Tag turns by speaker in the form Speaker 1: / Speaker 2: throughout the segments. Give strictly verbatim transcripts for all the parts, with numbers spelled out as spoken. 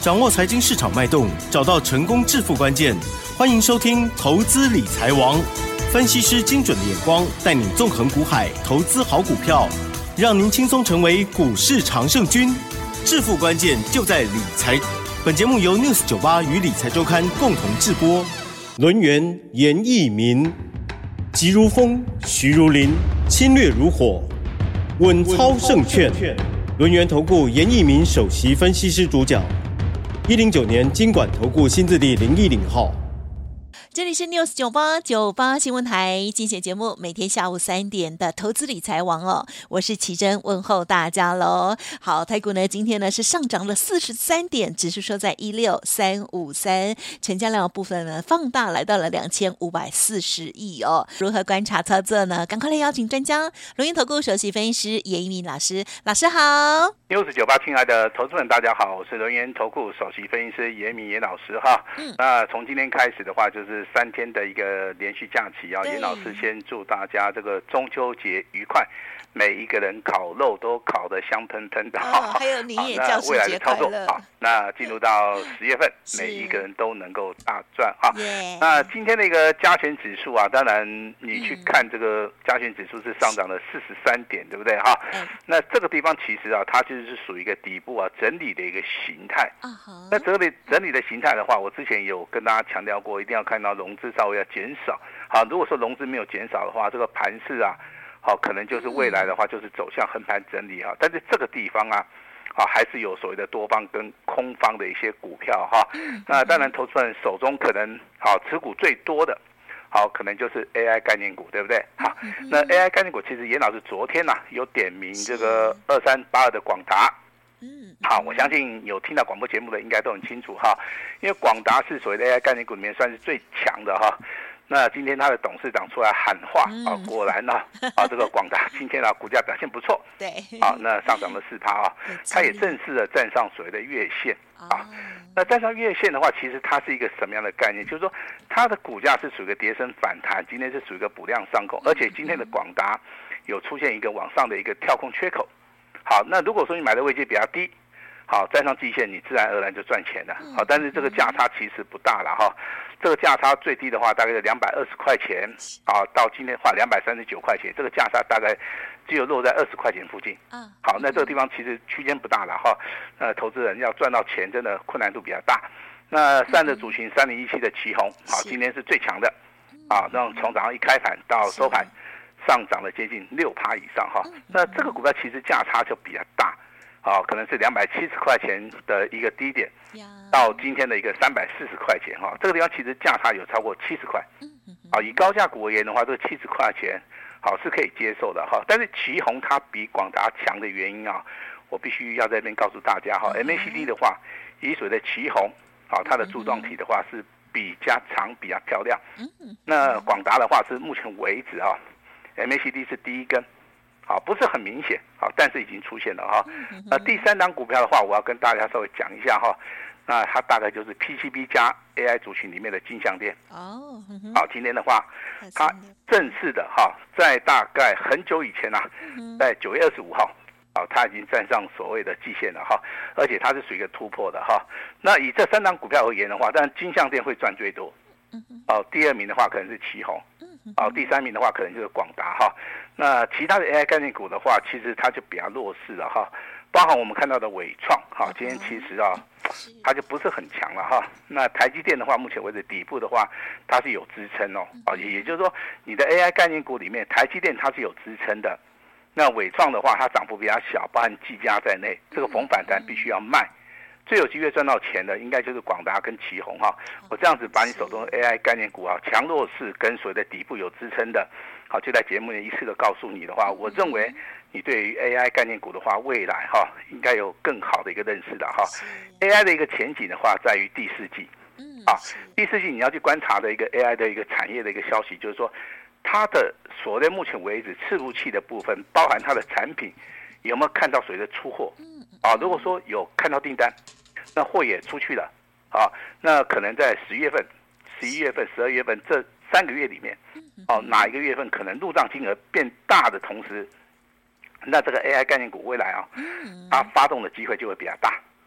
Speaker 1: 掌握财经市场脉动，找到成功致富关键。欢迎收听《投资理财王》，分析师精准的眼光，带你纵横股海，投资好股票，让您轻松成为股市常胜军。致富关键就在理财。本节目由 News 九十八与理财周刊共同制播。轮源严义民，急如风，徐如林，侵略如火，稳操胜券。轮源投顾严义民首席分析师主讲。一零九年金管投顾新字第零一零号。
Speaker 2: 这里是 News 九八九八新闻台精选节目，每天下午三点的投资理财王哦，我是奇珍，问候大家喽。好，台股呢今天呢是上涨了四十三点，指数收在一六三五三，成交量的部分呢放大来到了两千五百四十亿哦。如何观察操作呢？赶快来邀请专家，龙岩投顾首席分析师严一鸣老师，老师好。
Speaker 3: News 九八亲爱的投资人大家好，我是龙岩投顾首席分析师严明严老师哈。嗯，那从今天开始的话，就是三天的一个连续假期啊，严老师先祝大家这个中秋节愉快，每一个人烤肉都烤得香喷喷的哈、哦。
Speaker 2: 还有你也教师节快乐。
Speaker 3: 好，那进入到十月份，每一个人都能够大赚哈。那今天的一个加权指数啊，当然你去看这个加权指数是上涨了四十三点，对不对哈？嗯、那这个地方其实啊，它就是是属于一个底部啊整理的一个形态。Uh-huh. 那整理整理的形态的话，我之前有跟大家强调过，一定要看到融资稍微要减少。好，如果说融资没有减少的话，这个盘势啊，好可能就是未来的话就是走向横盘整理啊。但是这个地方啊，好还是有所谓的多方跟空方的一些股票哈。那当然，投资人手中可能好持股最多的。好，可能就是 A I 概念股，对不对？好，那 A I 概念股其实严老师昨天呐、啊、有点名这个二三八二的广达。嗯，好，我相信有听到广播节目的应该都很清楚哈，因为广达是所谓的 A I 概念股里面算是最强的哈。那今天他的董事长出来喊话啊，果然呢啊，这个广达今天啊股价表现不错，对，啊那上涨了四趴啊，它也正式的站上所谓的月线啊。那站上月线的话，其实它是一个什么样的概念？就是说它的股价是属于一个跌升反弹，今天是属于一个补量上攻，而且今天的广达有出现一个往上的一个跳空缺口。好，那如果说你买的位阶比较低，好站上季线，你自然而然就赚钱了。好，但是这个价差其实不大了哈。这个价差最低的话大概是两百二十块钱啊，到今天的话两百三十九块钱，这个价差大概只有落在二十块钱附近。好，那这个地方其实区间不大了哈。呃，投资人要赚到钱真的困难度比较大。那散的族群三零一七的奇鋐，好，今天是最强的啊，那从早上一开盘到收盘上涨了接近六趴以上哈。那这个股票其实价差就比较大。好、哦，可能是两百七十块钱的一个低点，到今天的一个三百四十块钱哈、哦，这个地方其实价差有超过七十块。好、哦，以高价股而言的话，这个七十块钱好是可以接受的哈、哦。但是奇鋐它比广达强的原因啊，我必须要在这边告诉大家哈、哦、，M A C D 的话，以所谓的奇鋐，好、哦，它的柱状体的话是比较长、比较漂亮。那广达的话是目前为止啊 ，M A C D 是第一根。好，不是很明显，好，但是已经出现了哈。那第三档股票的话，我要跟大家稍微讲一下哈。那它大概就是 P C B 加 A I 族群里面的金像电。哦，好，今天的话，它正式的哈，在大概很久以前呐、啊，在九月二十五号，啊，它已经站上所谓的季线了哈，而且它是属于一个突破的哈。那以这三档股票而言的话，但金像电会赚最多。哦，第二名的话可能是奇鋐。哦，第三名的话可能就是广达哈，那其他的 A I 概念股的话，其实它就比较弱势了哈，包含我们看到的伟创哈，今天其实啊，它就不是很强了哈。那台积电的话，目前为止底部的话，它是有支撑哦，哦，也也就是说，你的 A I 概念股里面，台积电它是有支撑的，那伟创的话，它涨幅比较小，包含技嘉在内，这个逢反弹必须要卖。最有机会赚到钱的，应该就是广达跟奇鋐哈。我这样子把你手中的 A I 概念股啊，强弱势跟所谓的底部有支撑的，好，就在节目里一次的告诉你的话，我认为你对于 A I 概念股的话，未来哈应该有更好的一个认识的哈。A I 的一个前景的话，在于第四季，啊，第四季你要去观察的一个 A I 的一个产业的一个消息，就是说它的所谓目前为止伺服器的部分，包含它的产品有没有看到所谓的出货？啊，如果说有看到订单，那货也出去了，啊，那可能在十月份、十一月份、十二月份这三个月里面，哦、啊，哪一个月份可能入账金额变大的同时，那这个 A I 概念股未来啊，它发动的机会就会比较大。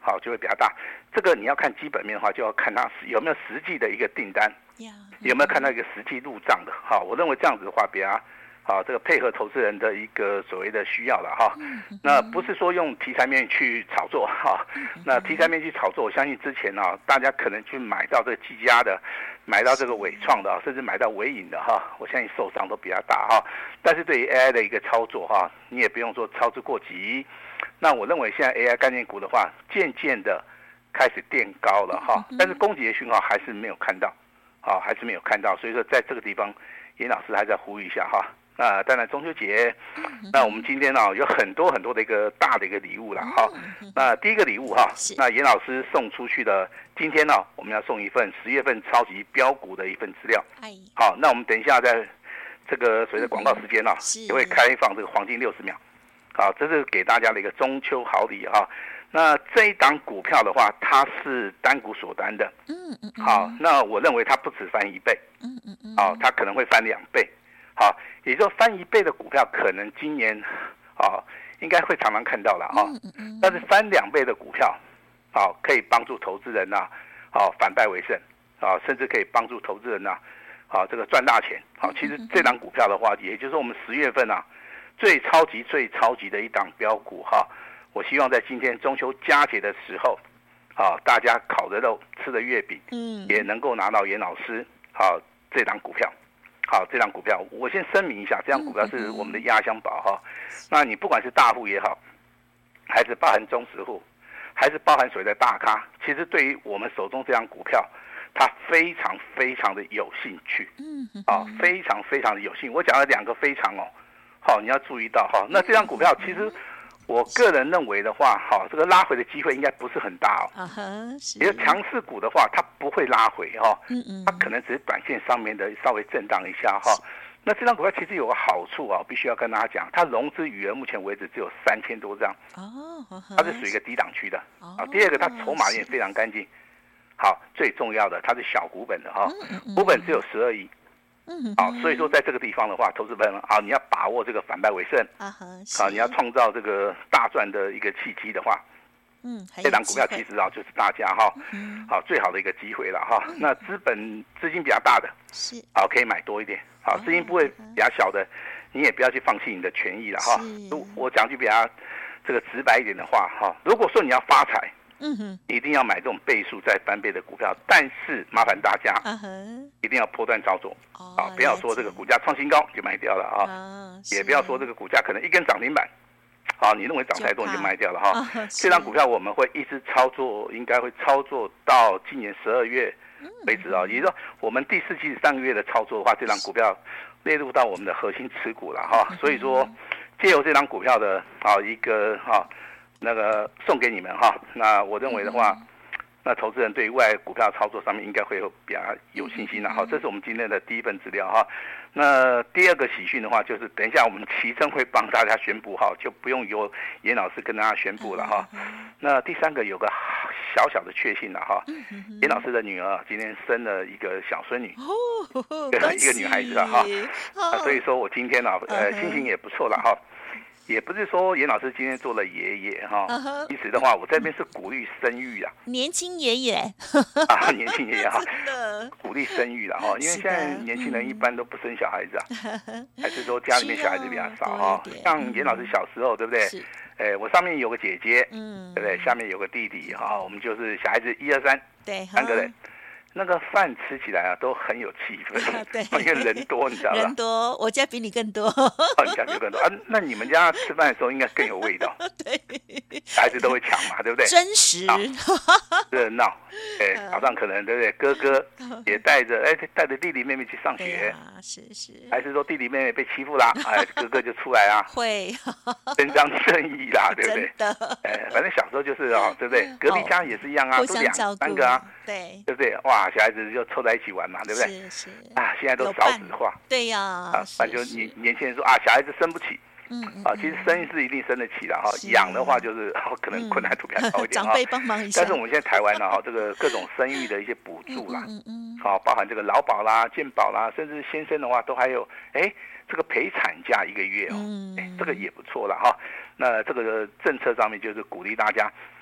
Speaker 3: 好就会比较大。这个你要看基本面的话，就要看它有没有实际的一个订单，有没有看到一个实际入账的。好，我认为这样子的话比较好，这个配合投资人的一个所谓的需要了哈。那不是说用题材面去炒作哈。那题材面去炒作，我相信之前啊，大家可能去买到这个技嘉的，买到这个伟创的，甚至买到伟影的哈，我相信受伤都比较大哈。但是对于 A I 的一个操作哈，你也不用说操之过急。那我认为现在 A I 概念股的话，渐渐的开始垫高了哈，但是攻击的讯号还是没有看到，好，还是没有看到。所以说在这个地方，严老师还在呼吁一下哈。那当然中秋节，那我们今天呢、啊、有很多很多的一个大的一个礼物了哈。那第一个礼物哈，那严老师送出去的，今天呢、啊、我们要送一份十月份超级标股的一份资料。好，那我们等一下在这个随着广告时间呢、啊，也会开放这个黄金六十秒。好，这是给大家的一个中秋好礼哈。那这一档股票的话，它是单股锁单的。好，那我认为它不止翻一倍。好，它可能会翻两倍。好，也就是说翻一倍的股票，可能今年，啊，应该会常常看到了哈。但是翻两倍的股票，好，可以帮助投资人呐、啊，好反败为胜，啊，甚至可以帮助投资人呐、啊，好这个赚大钱。好，其实这档股票的话，也就是我们十月份啊，最超级最超级的一档标股哈。我希望在今天中秋佳节的时候，啊，大家烤的肉，吃的月饼，嗯，也能够拿到严老师好这档股票。好，这档股票我先声明一下，这档股票是我们的压箱宝哈。那你不管是大户也好，还是包含中实户，还是包含所谓的大咖，其实对于我们手中这档股票，它非常非常的有兴趣，嗯，啊，非常非常的有兴趣。我讲了两个非常哦，好，你要注意到哈。那这档股票其实我个人认为的话，好，这个拉回的机会应该不是很大哦。也就强势股的话，它不会拉回哈，它可能只是短线上面的稍微震荡一下哈。那这张股票其实有个好处啊，必须要跟大家讲，它融资余额目前为止只有三千多张，它是属于一个低档区的啊。第二个，它筹码也非常干净。好，最重要的，它是小股本的哈，股本只有十二亿。好，所以说在这个地方的话，投资朋友啊，你要把握这个反败为胜啊，好，你要创造这个大赚的一个契机的话，嗯，这档股票其实啊就是大家哈，好最好的一个机会了哈。那资本资金比较大的，是好可以买多一点，好资金不会比较小的，你也不要去放弃你的权益了哈。我讲句比较这个直白一点的话哈，如果说你要发财。嗯哼，一定要买这种倍数再翻倍的股票，但是麻烦大家，一定要波段操作啊！不要说这个股价创新高就卖掉了啊，也不要说这个股价可能一根涨停板，好，你认为涨太多你就卖掉了哈。这张股票我们会一直操作，应该会操作到今年十二月为止啊。也就是说，我们第四季上个月的操作的话，这张股票列入到我们的核心持股了哈。所以说，借由这张股票的啊一个哈。那个送给你们哈，那我认为的话，那投资人对于未来股票操作上面应该会有比较有信心了哈。这是我们今天的第一份资料哈。那第二个喜讯的话，就是等一下我们奇珍会帮大家宣布哈，就不用由严老师跟大家宣布了哈。那第三个有个小小的确幸了哈，严老师的女儿今天生了一个小孙女，一个女孩子了哈。所以说我今天呢，呃，心情也不错了哈。也不是说严老师今天做了爷爷哈，其实的话，我这边是鼓励生育啊，
Speaker 2: 年轻爷爷
Speaker 3: 啊，年轻爷爷哈，鼓励生育了哈，因为现在年轻人一般都不生小孩子啊，还是说家里面小孩子比较少哈。像严老师小时候，对不对？哎，我上面有个姐姐，嗯，对不对？下面有个弟弟哈，我们就是小孩子一二三，对，三个人。那个饭吃起来啊，都很有气氛，对，因为人多，你知道吧？
Speaker 2: 人多，我家比你更多。
Speaker 3: 哦，你家比我更多啊？那你们家吃饭的时候应该更有味道。对，孩子都会抢嘛，对不对？
Speaker 2: 真实，
Speaker 3: 热闹。哎，早上可能对不对？哥哥也带着哎带着弟弟妹妹去上学，是是。还是说弟弟妹妹被欺负啦？哎，哥哥就出来啊，
Speaker 2: 会
Speaker 3: 伸张正义啦，对不对？
Speaker 2: 真的。
Speaker 3: 哎，反正小时候就是哦，对不对？隔壁家也是一样啊，都两三个啊，对，对不对？哇！小孩子就凑在一起玩嘛，对不对？是是啊，现在都少子化，
Speaker 2: 对呀，啊，
Speaker 3: 反正就年年轻人说啊，小孩子生不起，嗯啊，其实生是一定生得起的哈，养的话就是可能困难度比较高一点哈。
Speaker 2: 长辈帮忙一下。
Speaker 3: 但是我们现在台湾呢哈，这个各种生育的一些补助啦，嗯嗯，好，包含这个劳保啦、健保啦，甚至先生的话都还有，哎，这个陪产假一个月哦，哎，这个也不错了哈。那这个政策上面就是鼓励大家。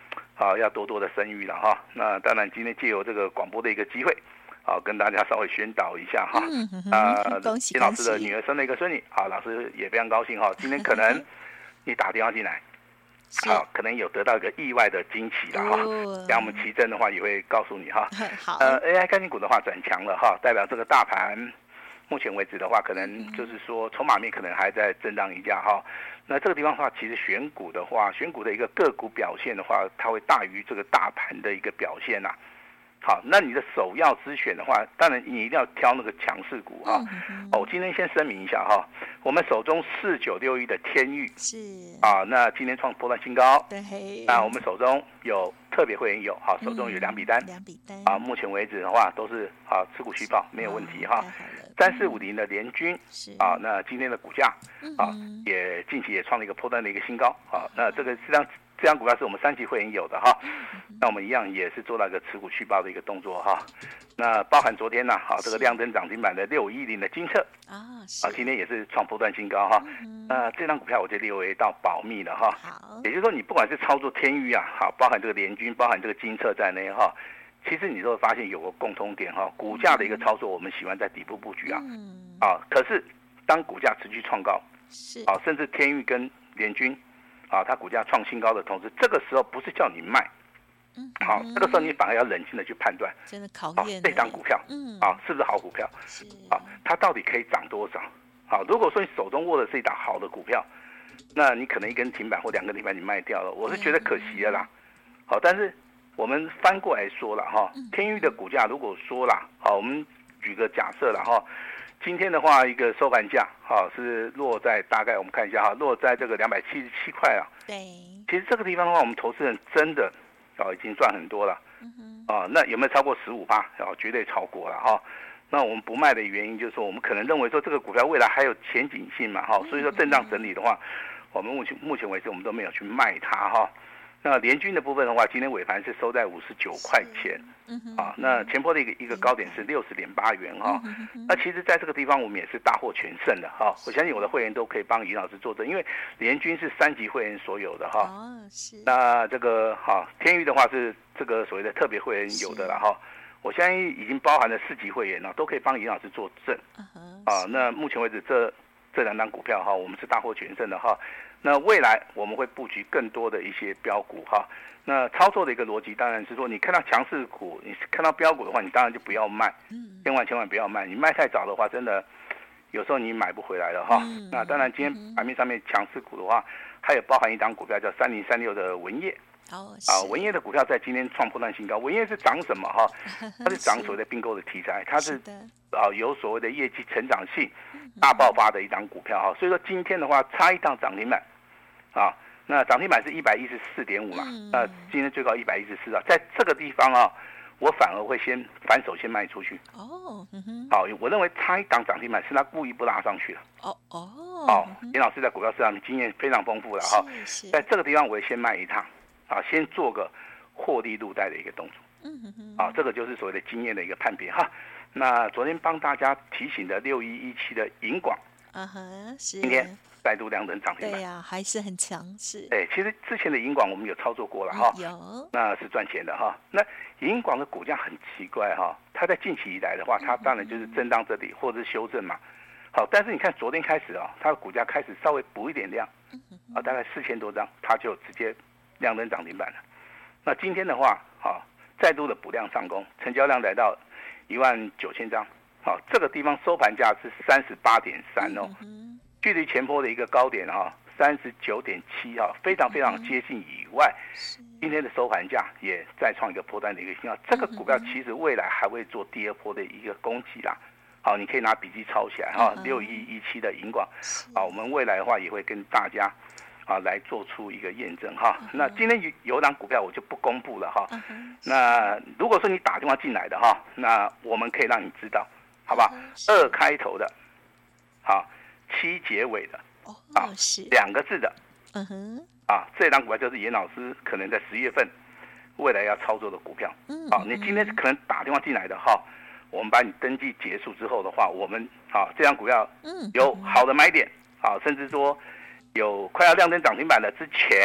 Speaker 3: 好，要多多的生育了哈。那当然，今天借由这个广播的一个机会，好，跟大家稍微宣导一下哈。
Speaker 2: 嗯嗯
Speaker 3: 啊，
Speaker 2: 恭喜
Speaker 3: 金老师的女儿生了一个孙女，好，老师也非常高兴哈。今天可能你打电话进来，好，可能有得到一个意外的惊喜了哈。像、哦、我们奇珍的话也会告诉你哈。
Speaker 2: 好，
Speaker 3: 呃 ，A I 概念股的话转强了哈，代表这个大盘目前为止的话，可能就是说筹码面可能还在震荡一下哈。那这个地方的话，其实选股的话，选股的一个个股表现的话，它会大于这个大盘的一个表现呐、啊。好，那你的首要之选的话，当然你一定要挑那个强势股哈。嗯、哦，今天先声明一下哈，我们手中四九六一的天钰是啊，那今天创波段新高。对，那我们手中有特别会员有哈，手中有两笔单，两、嗯、笔单啊，目前为止的话都是啊持股续报，没有问题哈。三四五零的联军啊，那今天的股价啊、嗯、也近期也创了一个波段的一个新高啊，那这个这张这张股票是我们三期会员有的哈，那我们一样也是做到一个持股续报的一个动作哈，那包含昨天呢，好、啊、这个亮灯涨停板的六一零的精测啊，啊今天也是创波段新高哈，那、嗯、这张股票我就列为到保密了哈，也就是说你不管是操作天钰啊，好包含这个联军，包含这个精测在内哈。其实你都会发现有个共通点哈，股价的一个操作，我们喜欢在底部布局啊，嗯、啊，可是当股价持续创高，是啊，甚至天钰跟联军，啊，它股价创新高的同时，这个时候不是叫你卖，嗯，好、啊，这个时候你反而要冷静的去判断，
Speaker 2: 真的考验、啊、
Speaker 3: 这张股票，嗯，啊，是不是好股票？是啊，它到底可以涨多少？好、啊，如果说你手中握的是一档好的股票，那你可能一根停板或两根停板你卖掉了，我是觉得可惜了啦，好、啊，但是。我们翻过来说了哈，天钰的股价如果说啦，好，我们举个假设了哈，今天的话一个收盘价哈是落在大概我们看一下哈，落在这个两百七十七块啊。对，其实这个地方的话，我们投资人真的啊已经赚很多了，嗯、啊，那有没有超过十五趴？啊，绝对超过了哈。那我们不卖的原因就是说，我们可能认为说这个股票未来还有前景性嘛哈，所以说震荡整理的话，我们目前目前为止我们都没有去卖它哈。那联军的部分的话，今天尾盘是收在五十九块钱，啊，那前波的一个一个高点是六十点八元哈、哦。那其实在这个地方我们也是大获全胜的哈、哦。我相信我的会员都可以帮尹老师作证，因为联军是三级会员所有的哈。哦，是。那这个哈、啊、天钰的话是这个所谓的特别会员有的了哈。我相信已经包含了四级会员了，都可以帮尹老师作证。啊，那目前为止这这两档股票哈，我们是大获全胜的哈。那未来我们会布局更多的一些标股哈。那操作的一个逻辑当然是说，你看到强势股，你看到标股的话，你当然就不要卖，千万千万不要卖。你卖太早的话，真的有时候你买不回来了哈。那当然，今天盘面上面强势股的话，还有包含一档股票叫三零三六的文业。哦，啊，文业的股票在今天创波段新高。文业是涨什么哈？它是涨所谓的并购的题材，它是啊有所谓的业绩成长性大爆发的一档股票哈。所以说今天的话，差一档涨停板。啊，那涨停板是一百一十四点五嘛，嗯、那今天最高一百一十四啊，在这个地方啊，我反而会先反手先卖出去。哦，嗯哼，好，我认为差一档涨停板是他故意不拉上去的。哦哦，好，严老师在股票市场经验非常丰富了哈，在这个地方我会先卖一趟，啊，先做个获利入袋的一个动作。嗯哼，啊，这个就是所谓的经验的一个判别哈。那昨天帮大家提醒的六一一七的银广，啊哈，是今天。再度亮灯涨停板，
Speaker 2: 对呀、啊，还是很强势。
Speaker 3: 对，其实之前的银广我们有操作过了哈、嗯，有，那是赚钱的哈。那银广的股价很奇怪哈，它在近期以来的话，它当然就是震荡这里或者是修正嘛。好，但是你看昨天开始啊，它的股价开始稍微补一点量，啊，大概四千多张，它就直接亮灯涨停板了。那今天的话，好，再度的补量上攻，成交量来到一万九千张，好，这个地方收盘价是三十八点三哦。嗯，距离前波的一个高点哈，三十九点七哈，非常非常接近以外，今天的收盘价也再创一个波段的一个信号。这个股票其实未来还会做第二波的一个攻击啦。好，你可以拿笔记抄起来哈，六一一七的银广，啊，我们未来的话也会跟大家啊来做出一个验证哈。那今天有有档股票我就不公布了哈。那如果说你打电话进来的哈，那我们可以让你知道，好吧？二开头的，好。七结尾的，啊，两个字的，嗯哼，啊，这档股票就是严老师可能在十月份未来要操作的股票，嗯，啊，你今天可能打电话进来的哈，我们把你登记结束之后的话，我们啊这档股票有好的买点，啊，甚至说有快要亮灯涨停板的之前，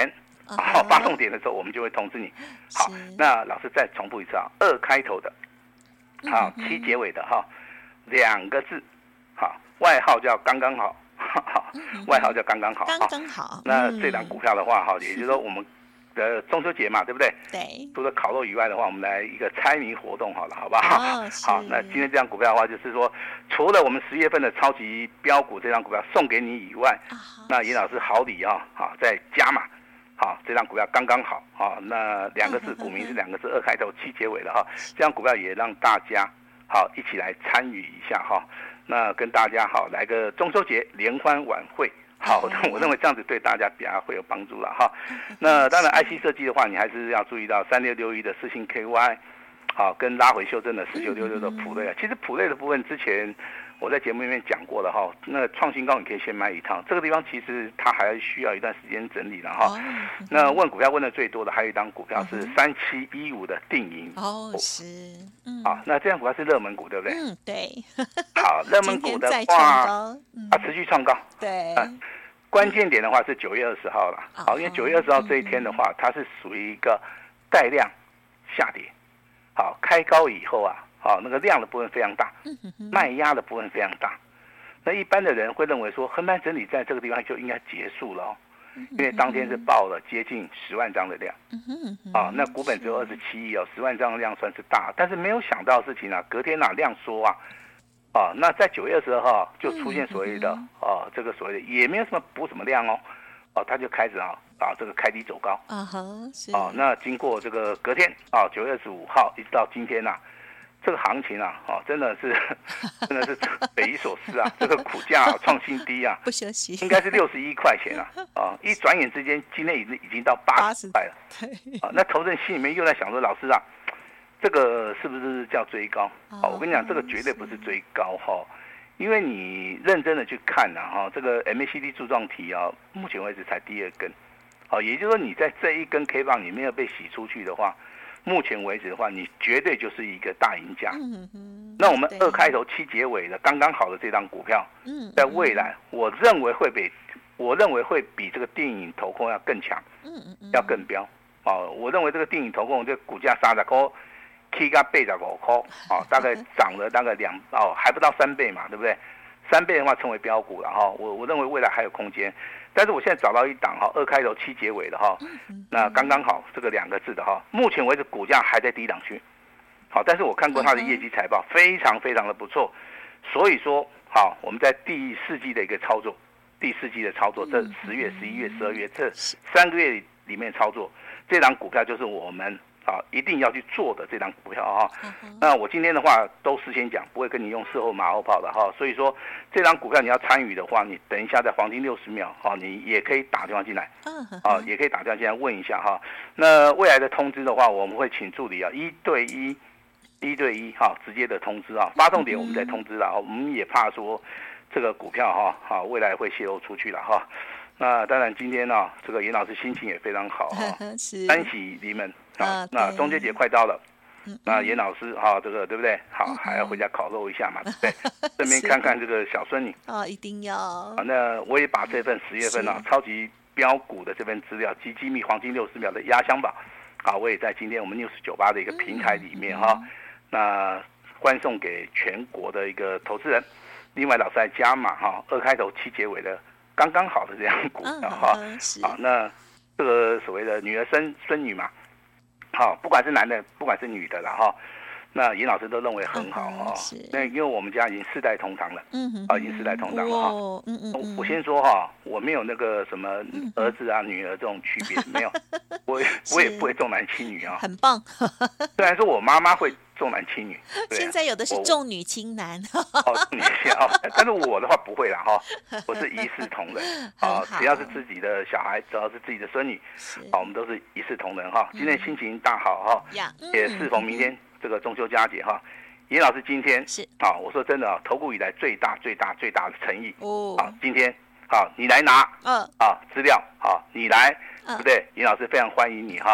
Speaker 3: 好，发送点的时候我们就会通知你。好，那老师再重复一次啊，二开头的，好，七结尾的哈，两个字，好，外号叫刚刚好，外号叫刚刚好，
Speaker 2: 刚刚好。
Speaker 3: 那这档股票的话哈，也就是说我们的中秋节嘛，对不对？
Speaker 2: 对。
Speaker 3: 除了烤肉以外的话，我们来一个猜谜活动好了，好不好？哦、好，那今天这张股票的话，就是说，除了我们十月份的超级标股这张股票送给你以外，啊、那严老师好礼啊，好再加码，好这张股票刚刚好，好那两个字，股名是两个字，二开头七结尾的哈，这张股票也让大家好一起来参与一下哈，那跟大家好来个中秋节联欢晚会。好，我认为这样子对大家比较会有帮助了哈。那当然 I C 设计的话，你还是要注意到三六六一的世芯 K Y， 好，跟拉回修正的四九六六的普类啊。其实普类的部分之前我在节目里面讲过了哈。那创新高你可以先买一趟，这个地方其实它还需要一段时间整理了哈。那问股票问的最多的还有一档股票是三七一五的定盈
Speaker 2: 哦，是，
Speaker 3: 嗯，好，那这样股票是热门股对不对？
Speaker 2: 嗯，对。
Speaker 3: 好，热门股的话，嗯、啊持续创高，
Speaker 2: 对。
Speaker 3: 啊关键点的话是九月二十号了，好，因为九月二十号这一天的话，它是属于一个带量下跌，好，开高以后啊，好，那个量的部分非常大，卖压的部分非常大，那一般的人会认为说，横盘整理在这个地方就应该结束了哦，因为当天是爆了接近十万张的量，啊，那股本只有二十七亿哦，十万张的量算是大，但是没有想到的事情啊，隔天啊量缩啊。啊，那在九月二十二号就出现所谓的啊，这个所谓的也没有什么补什么量哦，哦、啊，它就开始啊啊这个开低走高啊哈，啊，那经过这个隔天啊九月二十五号一直到今天呐、啊，这个行情啊，哦、啊，真的是真的是匪夷所思啊，这个股价、啊、创新低啊，
Speaker 2: 不休息，
Speaker 3: 应该是六十一块钱啊，啊，一转眼之间今天已经已经到八十块了，啊，那投资人心里面又在想说，老师啊。这个是不是叫追高？好，我跟你讲，这个绝对不是追高哈，因为你认真的去看呐哈，这个 M A C D 柱状体啊，目前为止才第二根，好，也就是说你在这一根 K 棒你没有被洗出去的话，目前为止的话，你绝对就是一个大赢家。那我们二开头七结尾的刚刚好的这张股票，在未来我认为会比我认为会比这个电影投控要更强，要更飙。哦，我认为这个电影投控这个股价三十块。K 加倍在五块，哦，大概涨了大概两哦，还不到三倍嘛，对不对？三倍的话称为标股了哈、哦，我我认为未来还有空间。但是我现在找到一档哈，二开头七结尾的哈，那刚刚好这个两个字的哈，目前为止股价还在低档区，好，但是我看过它的业绩财报非常非常的不错，所以说好，我们在第四季的一个操作，第四季的操作，这十月、十一月、十二月这三个月里面操作，这档股票就是我们。啊，一定要去做的这张股票啊、哦！那我今天的话都事先讲，不会跟你用事后马后炮的哈、哦。所以说，这张股票你要参与的话，你等一下在黄金六十秒啊、哦，你也可以打电话进来啊、哦，也可以打电话进来问一下哈、哦。那未来的通知的话，我们会请助理啊一对一、一对一哈、哦，直接的通知啊，发送点我们再通知了。我们也怕说这个股票哈、哦，好未来会泄露出去了哈、哦。那当然今天呢、啊，这个严老师心情也非常好哈、哦，单喜临门。啊，那中秋节快到了，那严老师哈、啊，这个对不对？好，还要回家烤肉一下嘛，对不对？顺便看看这个小孙女
Speaker 2: 哦，一定要。
Speaker 3: 啊，那我也把这份十月份啊超级标股的这份资料及机密黄金六十秒的压箱宝，啊，我也在今天我们 News 九八的一个平台里面哈、啊，那欢送给全国的一个投资人。另外，老师还加码哈，二开头七结尾的刚刚好的这样股票哈，啊，那这个所谓的女儿生孙女嘛。好，不管是男的，不管是女的啦哈，那严老师都认为很好哈。那因为我们家已经世代同堂了，嗯哼，啊，已经世代同堂了哈。嗯嗯。我先说哈，我没有那个什么儿子啊、女儿这种区别，没有，我我也不会重男轻女啊。
Speaker 2: 很棒。
Speaker 3: 虽然说我妈妈会重男轻女，
Speaker 2: 现在有的是重女轻男。
Speaker 3: 哦，重女轻啊，但是我的话不会啦哈，我是一视同仁啊，只要是自己的小孩，只要是自己的孙女，啊，我们都是一视同仁哈。今天心情大好哈，也适逢明天这个中秋佳节哈。严老师今天是啊，我说真的啊，投顾以来最大最大最大的诚意哦，啊，今天好，你来拿，嗯，啊，资料好，你来，对不对？严老师非常欢迎你哈。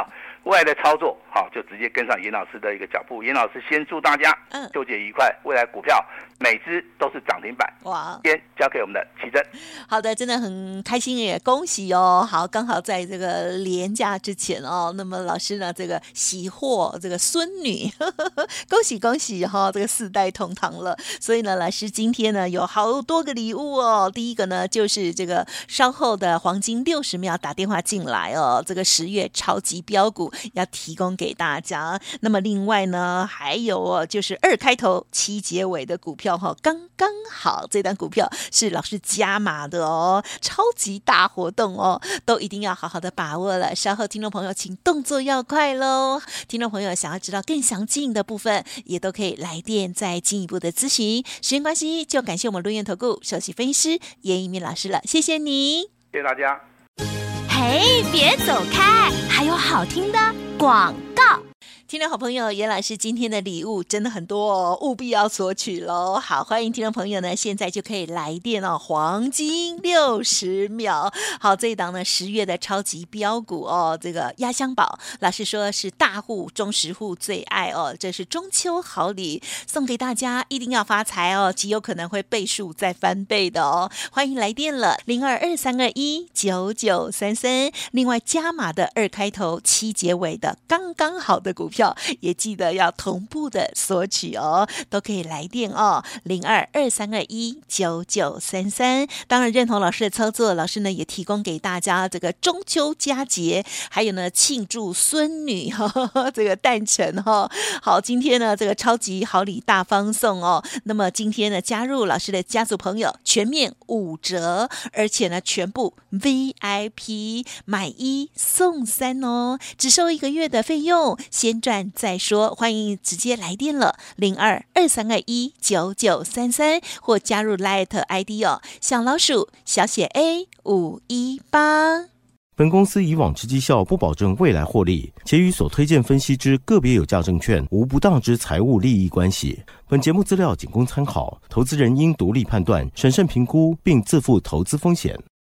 Speaker 3: 未来的操作好，就直接跟上严老师的一个脚步。严老师先祝大家纠结愉快，未来股票每只都是涨停板。哇！先交给我们的奇珍。
Speaker 2: 好的，真的很开心也恭喜哦。好，刚好在这个连假之前哦，那么老师呢这个喜获这个孙女，呵呵呵恭喜恭喜哈、哦，这个四代同堂了。所以呢，老师今天呢有好多个礼物哦。第一个呢就是这个稍后的黄金六十秒打电话进来哦，这个十月超级标股要提供给大家。那么另外呢还有哦，就是二开头七结尾的股票哈、哦，刚刚好这单股票是老师加码的哦，超级大活动哦，都一定要好好的把握了。稍后听众朋友请动作要快咯。听众朋友想要知道更详尽的部分，也都可以来电再进一步的咨询。时间关系，就感谢我们论元投顾首席分析师严一鸣老师了，谢谢你，
Speaker 3: 谢谢大家。
Speaker 4: 嘿，别走开，还有好听的广告。
Speaker 2: 听众好朋友，严老师今天的礼物真的很多哦，务必要索取咯。好，欢迎听众朋友呢，现在就可以来电哦，黄金六十秒。好，这一档呢十月的超级标股哦，这个压箱宝，老师说是大户、中实户最爱哦，这是中秋好礼，送给大家，一定要发财哦，极有可能会倍数再翻倍的哦。欢迎来电了，零二二三二一九九三三，另外加码的二开头七结尾的刚刚好的股票。也记得要同步的索取哦，都可以来电哦，零二二三二一九九三三。当然认同老师的操作，老师呢也提供给大家这个中秋佳节，还有呢庆祝孙女呵呵这个诞辰哈、哦。好，今天呢这个超级好礼大方送哦，那么今天呢加入老师的家族朋友全面五折，而且呢全部 V I P 买一送三哦，只收一个月的费用，先赚再说。欢迎直接来电了，零二二三二一九九三三，或加入 Lite I D 哦，小老鼠小写 A 五一八。
Speaker 1: 本公司以往之绩效不保证未来获利，且与所推荐分析之个别有价证券无不当之财务利益关系。本节目资料仅供参考，投资人应独立判断、审慎评估，并自负投资风险。